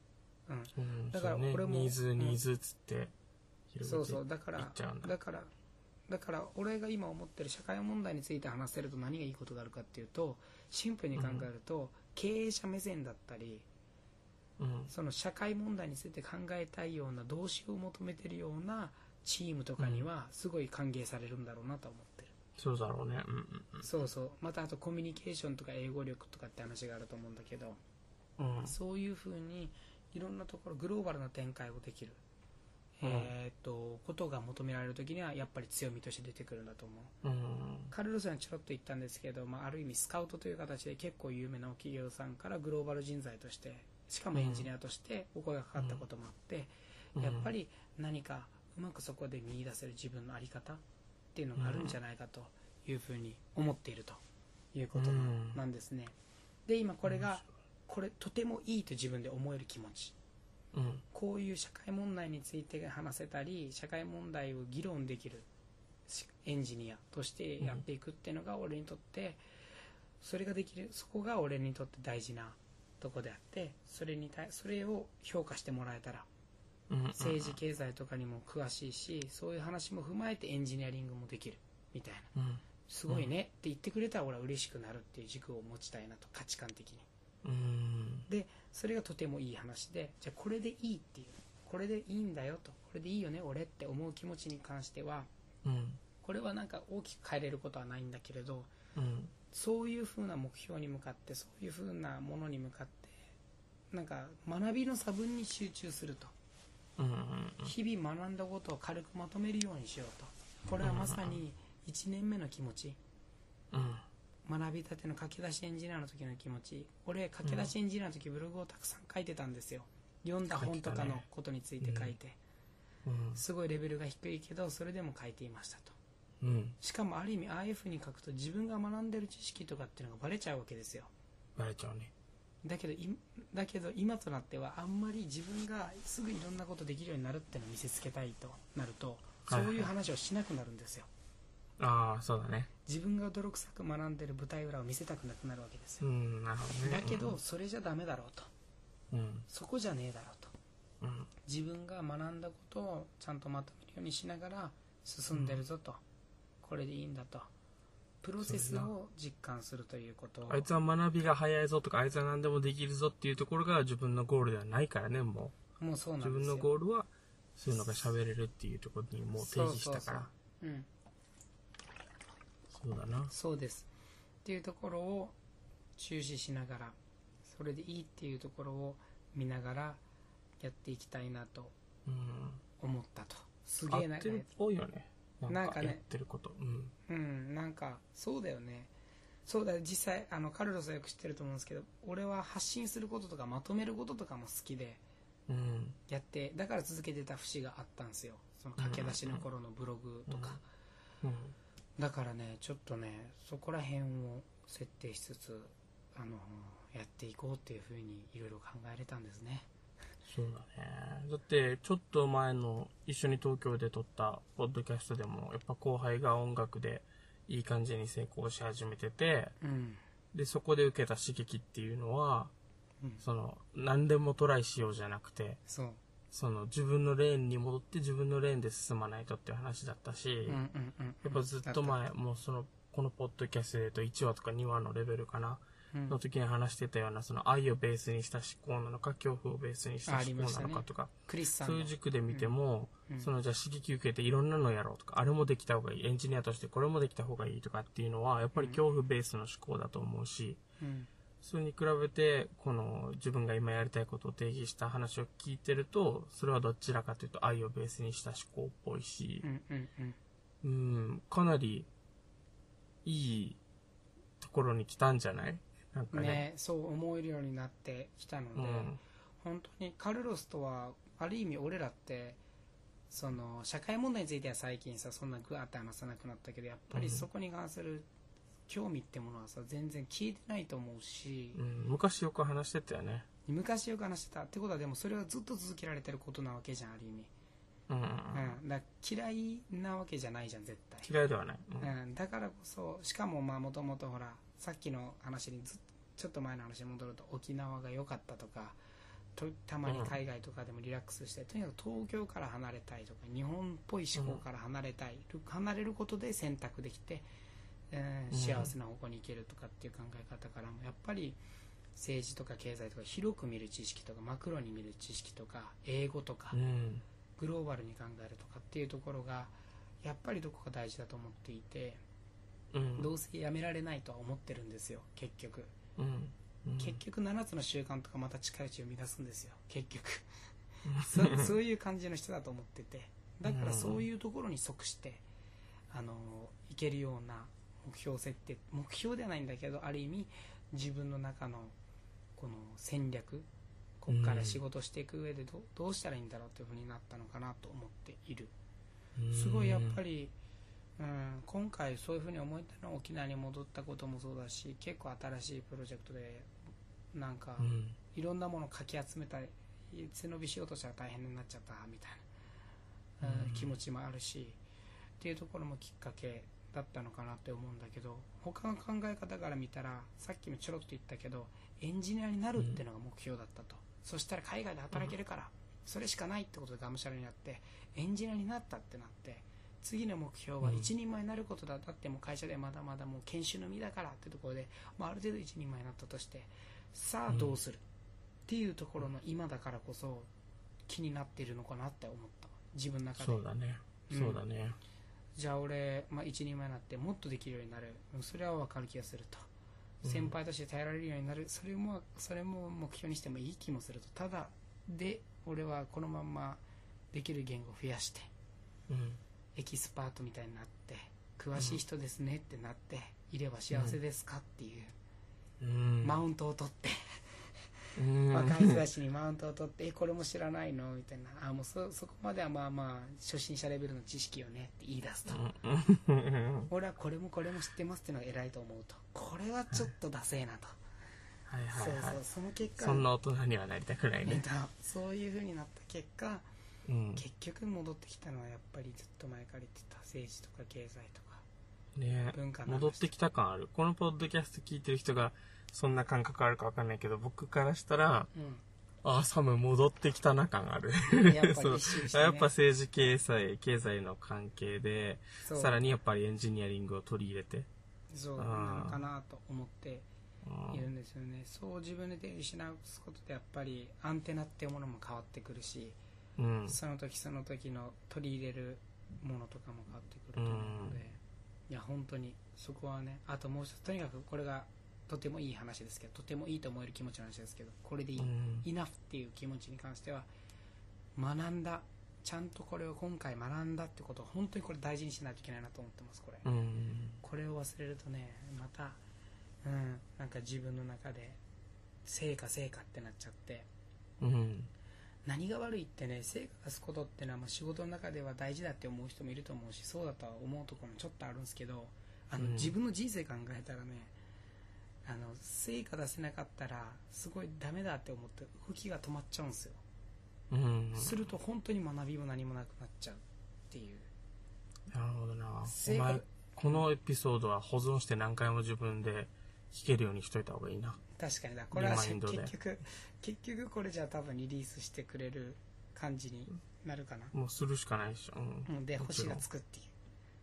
うんうん、だからこれも、 ね、ニーズニーズっつって広げていっちゃうんだ。そうそう、だからだからだから俺が今思ってる社会問題について話せると何がいいことがあるかっていうと、シンプルに考えると、うん、経営者目線だったり、うん、その社会問題について考えたいような動詞を求めてるようなチームとかにはすごい歓迎されるんだろうなと思ってる。 そうだろうね、うんうんうん、 そうそう。またあとコミュニケーションとか英語力とかって話があると思うんだけど、うん、そういう風にいろんなところグローバルな展開をできる、うん、えー、っとことが求められるときにはやっぱり強みとして出てくるんだと思う、うん、カルロスにはちょろっと言ったんですけど、まあ、ある意味スカウトという形で結構有名な企業さんからグローバル人材としてしかもエンジニアとしてお声がかかったこともあって、うん、やっぱり何かうまくそこで見出せる自分の在り方っていうのがあるんじゃないかというふうに思っているということなんですね。で今これがこれとてもいいと自分で思える気持ち、うん、こういう社会問題について話せたり社会問題を議論できるエンジニアとしてやっていくっていうのが俺にとってそれができる、そこが俺にとって大事なとこであって、それに対それを評価してもらえたらうんうんうん、 政治経済とかにも詳しいし、そういう話も踏まえてエンジニアリングもできるみたいな、 うん、 すごいねって言ってくれたら俺は嬉しくなるっていう軸を持ちたいなと、価値観的に。 うん、 でそれがとてもいい話で、じゃあこれでいいっていう、これでいいんだよと、これでいいよね俺って思う気持ちに関しては、 うん、 これはなんか大きく変えれることはないんだけれど、 うん、 そういう風な目標に向かって、そういう風なものに向かってなんか学びの差分に集中すると、 うんうんうん、 日々学んだことを軽くまとめるようにしようと。これはまさにいちねんめの気持ち、 うん、 学びたての駆け出しエンジニアの時の気持ち。俺駆け出しエンジニアの時ブログをたくさん書いてたんですよ。読んだ本とかのことについて書いて、 うん、 すごいレベルが低いけどそれでも書いていましたと。 うん、 しかもある意味 アイエフ に書くと自分が学んでる知識とかっていうのがバレちゃうわけですよ。 バレちゃうね。 だけどいだけど今となってはあんまり自分がすぐいろんなことできるようになるっていうのを見せつけたいとなると、そういう話をしなくなるんですよ。 ああ、そうだね。 自分が泥臭く学んでる舞台裏を見せたくなくなるわけですよ。 うん、なるほどね。 だけどそれじゃダメだろうと、 うん、 そこじゃねえだろうと、 うん、 自分が学んだことをちゃんとまとめるようにしながら進んでるぞと、うん、これでいいんだと、プロセスを実感するということを。 あいつは学びが早いぞとか、あいつは何でもできるぞっていうところが自分のゴールではないからね。もうもうそうなんですよ。 自分のゴールはそういうのが喋れるっていうところにもう定義したから。 そうそうそう、うん、 そうだな。 そうですっていうところを注視しながら、それでいいっていうところを見ながらやっていきたいなと思ったと。すげえな、 合ってるっぽいよね。なんかやってること、 うん、うん、なんかそうだよね。そうだ、実際あのカルロスはよく知ってると思うんですけど、俺は発信することとかまとめることとかも好きでやって、だから続けてた節があったんですよ。その駆け出しの頃のブログとか、 うんうん、 だからねちょっとねそこら辺を設定しつつあのやっていこうっていうふうにいろいろ考えれたんですね。 そうだね。だってちょっと前の一緒に東京で撮ったポッドキャストでもやっぱ後輩が音楽でいい感じに成功し始めてて、 うん、 でそこで受けた刺激っていうのは、 うん、 その何でもトライしようじゃなくて、 そうその自分のレーンに戻って自分のレーンで進まないとっていう話だったし、 うんうんうんうん、 やっぱずっと前もうそのこのポッドキャストで言うといちわとかにわのレベルかな、うん、の時に話してたようなその愛をベースにした思考なのか恐怖をベースにした思考なのかとか、 ね、クリスさんそういう軸で見ても、 うん、 そのじゃあ刺激受けていろんなのやろうとか、あれもできた方がいい、エンジニアとしてこれもできた方がいいとかっていうのはやっぱり恐怖ベースの思考だと思うし、 うん、 それに比べてこの自分が今やりたいことを定義した話を聞いてると、それはどちらかというと愛をベースにした思考っぽいし、 うんうんうん、 うんかなりいいところに来たんじゃない？なんか ね, ねそう思えるようになってきたので、うん、本当にカルロスとはある意味俺らってその社会問題については最近さそんなグワーって話さなくなったけど、やっぱりそこに関する興味ってものはさ全然消えてないと思うし、 うん、昔よく話してたよね。 昔よく話してたってことはでもそれはずっと続けられてることなわけじゃん、ある意味、 うんうんうん、だ嫌いなわけじゃないじゃん絶対。 嫌いではない、 うんうん、だからこそしかもまあもともとほらさっきの話にずちょっと前の話に戻ると沖縄が良かったとかとたまに海外とかでもリラックスして、うん、とにかく東京から離れたいとか日本っぽい思考から離れたい、うん、離れることで選択できて、えー、幸せな方向に行けるとかっていう考え方からもやっぱり政治とか経済とか広く見る知識とかマクロに見る知識とか英語とか、 うん、 グローバルに考えるとかっていうところがやっぱりどこか大事だと思っていて、うん、どうせやめられないとは思ってるんですよ結局、 うんうん、 結局ななつの習慣とかまた近いうちを生み出すんですよ結局そ, そういう感じの人だと思ってて、だからそういうところに即してあのいけるような目標設定、目標ではないんだけどある意味自分の中のこの戦略、ここから仕事していく上で ど, どうしたらいいんだろうというふうになったのかなと思っている。すごいやっぱり、うん、今回そういうふうに思えたのは沖縄に戻ったこともそうだし、結構新しいプロジェクトでなんか、うん、いろんなものをかき集めたり背伸びしようとしたら大変になっちゃったみたいな、うん、気持ちもあるしっていうところもきっかけだったのかなって思うんだけど、他の考え方から見たらさっきもちょろっと言ったけどエンジニアになるっていうのが目標だったと、うん、そしたら海外で働けるから、うん、 それしかないってことでがむしゃらになってエンジニアになったってなって、次の目標は一人前になることだ、うん、だってもう会社でまだまだもう研修の身だからってところで、まあ、ある程度一人前になったとして、さあどうする、うん、っていうところの今だからこそ気になっているのかなって思った、自分の中で。 そうだね、そうだね、 うん、じゃあ俺、まあ、一人前になってもっとできるようになる、それは分かる気がすると、先輩として耐えられるようになる、それもそれも目標にしてもいい気もすると。ただで俺はこのままできる言語を増やして、うん、エキスパートみたいになって詳しい人ですねってなって、うん、いれば幸せですかっていう、うん、マウントを取って若い人たちにマウントを取ってえこれも知らないのみたいな、あもう そ, そこまではまあまあ初心者レベルの知識よねって言い出すと、俺はこれもこれも知ってますっていうのが偉いと思うと、これはちょっとダセえなと、はいはいはい、そうそう、その結果そんな大人にはなりたくないね。 そういう風になった結果、うん、結局戻ってきたのはやっぱりずっと前から言ってた政治とか経済とか、 ね、文化の話戻ってきた感ある。このポッドキャスト聞いてる人がそんな感覚あるか分かんないけど、僕からしたら、うん、あサム戻ってきたな感ある。やっぱり一周してね、やっぱ政治経済経済の関係でさらにやっぱりエンジニアリングを取り入れて、 そうなのかなと思っているんですよね。そう自分で定義し直すことでやっぱりアンテナっていうものも変わってくるし、うん、その時その時の取り入れるものとかも変わってくると思うので、うん、いや本当にそこはね。あともう一つ、とにかくこれがとてもいい話ですけど、とてもいいと思える気持ちの話ですけど、これでいい、うん、イナフっていう気持ちに関しては学んだ、ちゃんとこれを今回学んだってことを本当にこれ大事にしないといけないなと思ってます。これ、うん、これを忘れるとね、またうん、なんか自分の中で成果成果ってなっちゃって、うん、何が悪いってね、成果出すことってのはまあ仕事の中では大事だって思う人もいると思うし、そうだとは思うところもちょっとあるんですけど、あの、うん、自分の人生考えたらね、あの成果出せなかったらすごいダメだって思って動きが止まっちゃうんですよ、うんうん、すると本当に学びも何もなくなっちゃうっていう。 なるほどな。お前このエピソードは保存して何回も自分で聞けるようにしといた方がいいな。 確かにだ、これは結局結局これじゃ多分リリースしてくれる感じになるかな。 もうするしかないでしょ、 うん、で星がつくっていう、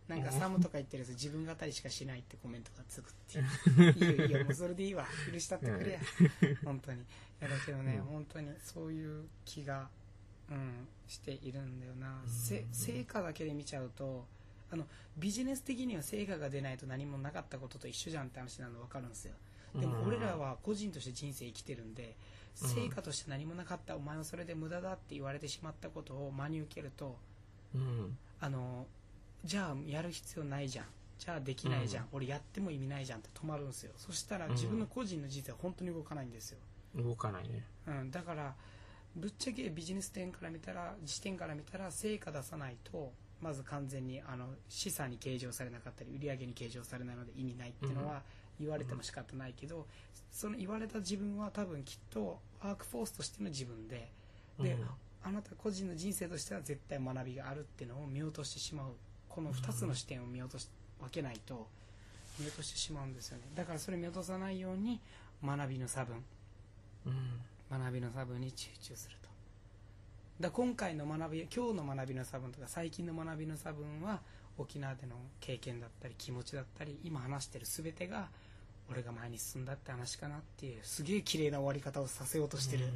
なんかサムとか言ってるやつ自分語りしかしないってコメントがつくっていういいよいいよ、もうそれでいいわ、許したってくれや本当に。いやだけどね、うん、本当にそういう気が、うん、しているんだよな、うん、せ成果だけで見ちゃうと、あのビジネス的には成果が出ないと何もなかったことと一緒じゃんって話なの分かるんですよ。でも俺らは個人として人生生きてるんで、成果として何もなかった、お前はそれで無駄だって言われてしまったことを真に受けると、うん、あのじゃあやる必要ないじゃん、じゃあできないじゃん、うん、俺やっても意味ないじゃんって止まるんですよ。そしたら自分の個人の人生は本当に動かないんですよ。 動かないね、 うん、だからぶっちゃけビジネス点から見たら、視点から見たら成果出さないとまず完全にあの資産に計上されなかったり売上に計上されないので意味ないっていうのは言われても仕方ないけど、うん、その言われた自分は多分きっとワークフォースとしての自分で、で、うん、あなた個人の人生としては絶対学びがあるっていうのを見落としてしまう。このふたつの視点を見落とし分けないと見落としてしまうんですよね。だからそれ見落とさないように学びの差分、うん、学びの差分に集中すると。だ今回の学び、今日の学びの差分とか最近の学びの差分は沖縄での経験だったり気持ちだったり今話してる全てが俺が前に進んだって話かなっていう、すげえ綺麗な終わり方をさせようとしてる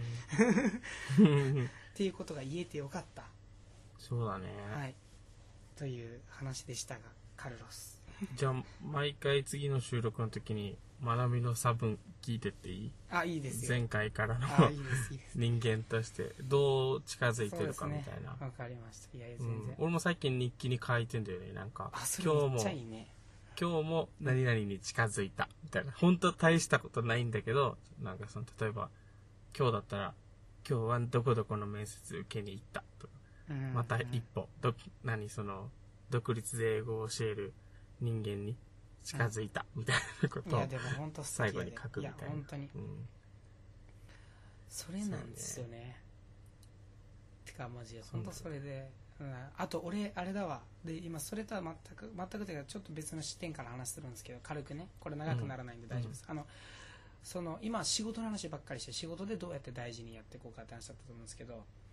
っていうことが言えてよかった。 そうだね、 はい、という話でしたが、カルロスじゃあ毎回次の収録の時に学びの差分聞いてっていい？ あ、いいですよ。 前回からの人間としてどう近づいてるかみたいな。 わ、ね、かりました。いやいや全然、うん、 俺も最近日記に書いてんだよね。なんか今日も今日も何々に近づいたみたいな。本当大したことないんだけど、なんかその例えば今日だったら今日はどこどこの面接受けに行ったとか、うん、また一歩ど何その独立で英語を教える人間に近づいたみたいなことを最後に書くみたいな。いや本当に、うん、 それなんですよね。てかマジで本当それで、うん、あと俺あれだわ。で今それとは全く全くというかちょっと別の視点から話するんですけど、軽くね、これ長くならないんで大丈夫です。うん、あのその今仕事の話ばっかりして、仕事でどうやって大事にやっていこうかって話だったと思うんですけど、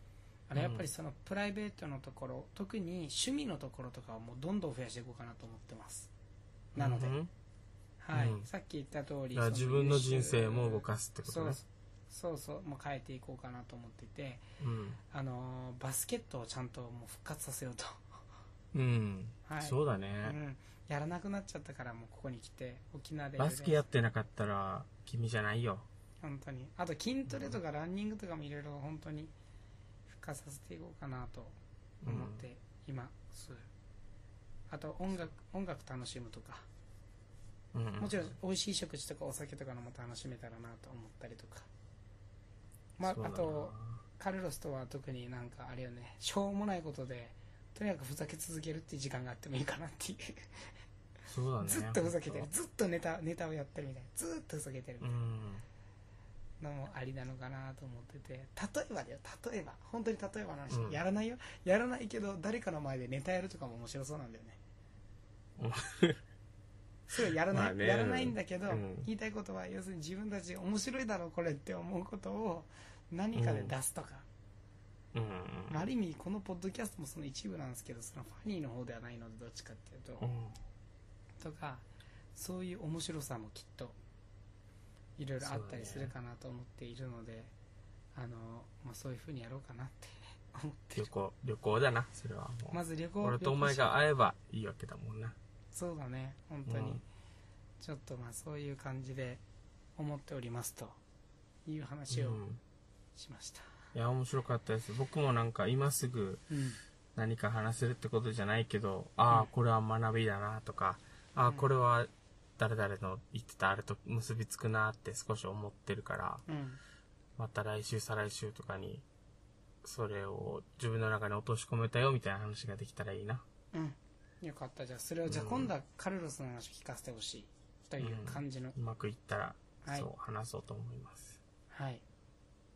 あのやっぱりそのプライベートのところ、特に趣味のところとかをもうどんどん増やしていこうかなと思ってます。なので、 うんはい、 うんさっき言った通り、 いや自分の人生も動かすってことね。 そうそうそう、もう変えていこうかなと思っていて、 うん、 あのバスケットをちゃんともう復活させようと。 うん、 はい、 そうだね、 うん、やらなくなっちゃったからもうここに来て沖縄でバスケやってなかったら君じゃないよ。 本当に。あと筋トレとかランニングとかもいろいろ本当に復活させていこうかなと思って、うん、今そう。あと音楽音楽楽しむとか、うんうん、もちろん美味しい食事とかお酒とかのも楽しめたらなと思ったりとか、まあ、あとカルロスとは特になんかあれよね、しょうもないことでとにかくふざけ続けるっていう時間があってもいいかなっていうそうだね、 ずっとふざけてる、ずっとネタネタをやってるみたいな、ずっとふざけてるみたいなのもありなのかなと思ってて、例えばだよ、例えば本当に例えばの話、うん、やらないよ、やらないけど誰かの前でネタやるとかも面白そうなんだよねそれはやらない、まあね、やらないんだけど、うん、言いたいことは要するに自分たち面白いだろうこれって思うことを何かで出すとか、うんうん、ある意味このポッドキャストもその一部なんですけど、そのファニーの方ではないのでどっちかっていうと、うん、とかそういう面白さもきっといろいろあったりするかなと思っているので、そう、ね、あのまあ、そういう風にやろうかなって思ってる。 旅行旅行だな、それはもうまず旅行、 俺とお前が会えばいいわけだもんな。 そうだね、本当に、うん、ちょっとまあそういう感じで思っておりますという話をしました、 うん、いや面白かったです。僕もなんか今すぐ何か話せるってことじゃないけど、うん、ああこれは学びだなとか、ああこれは誰々の言ってたあれと結びつくなって少し思ってるから、うん、また来週再来週とかにそれを自分の中に落とし込めたよみたいな話ができたらいいな。 うん、よかった。じゃあそれを、うん、じゃあ今度はカルロスの話を聞かせてほしいという感じの、 うん、うまくいったら、はい、そう話そうと思います。 はい。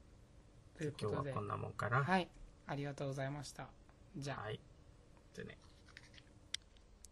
ということで今日はこんなもんかな。 はい、ありがとうございました。じゃあ、 はい、じゃあね。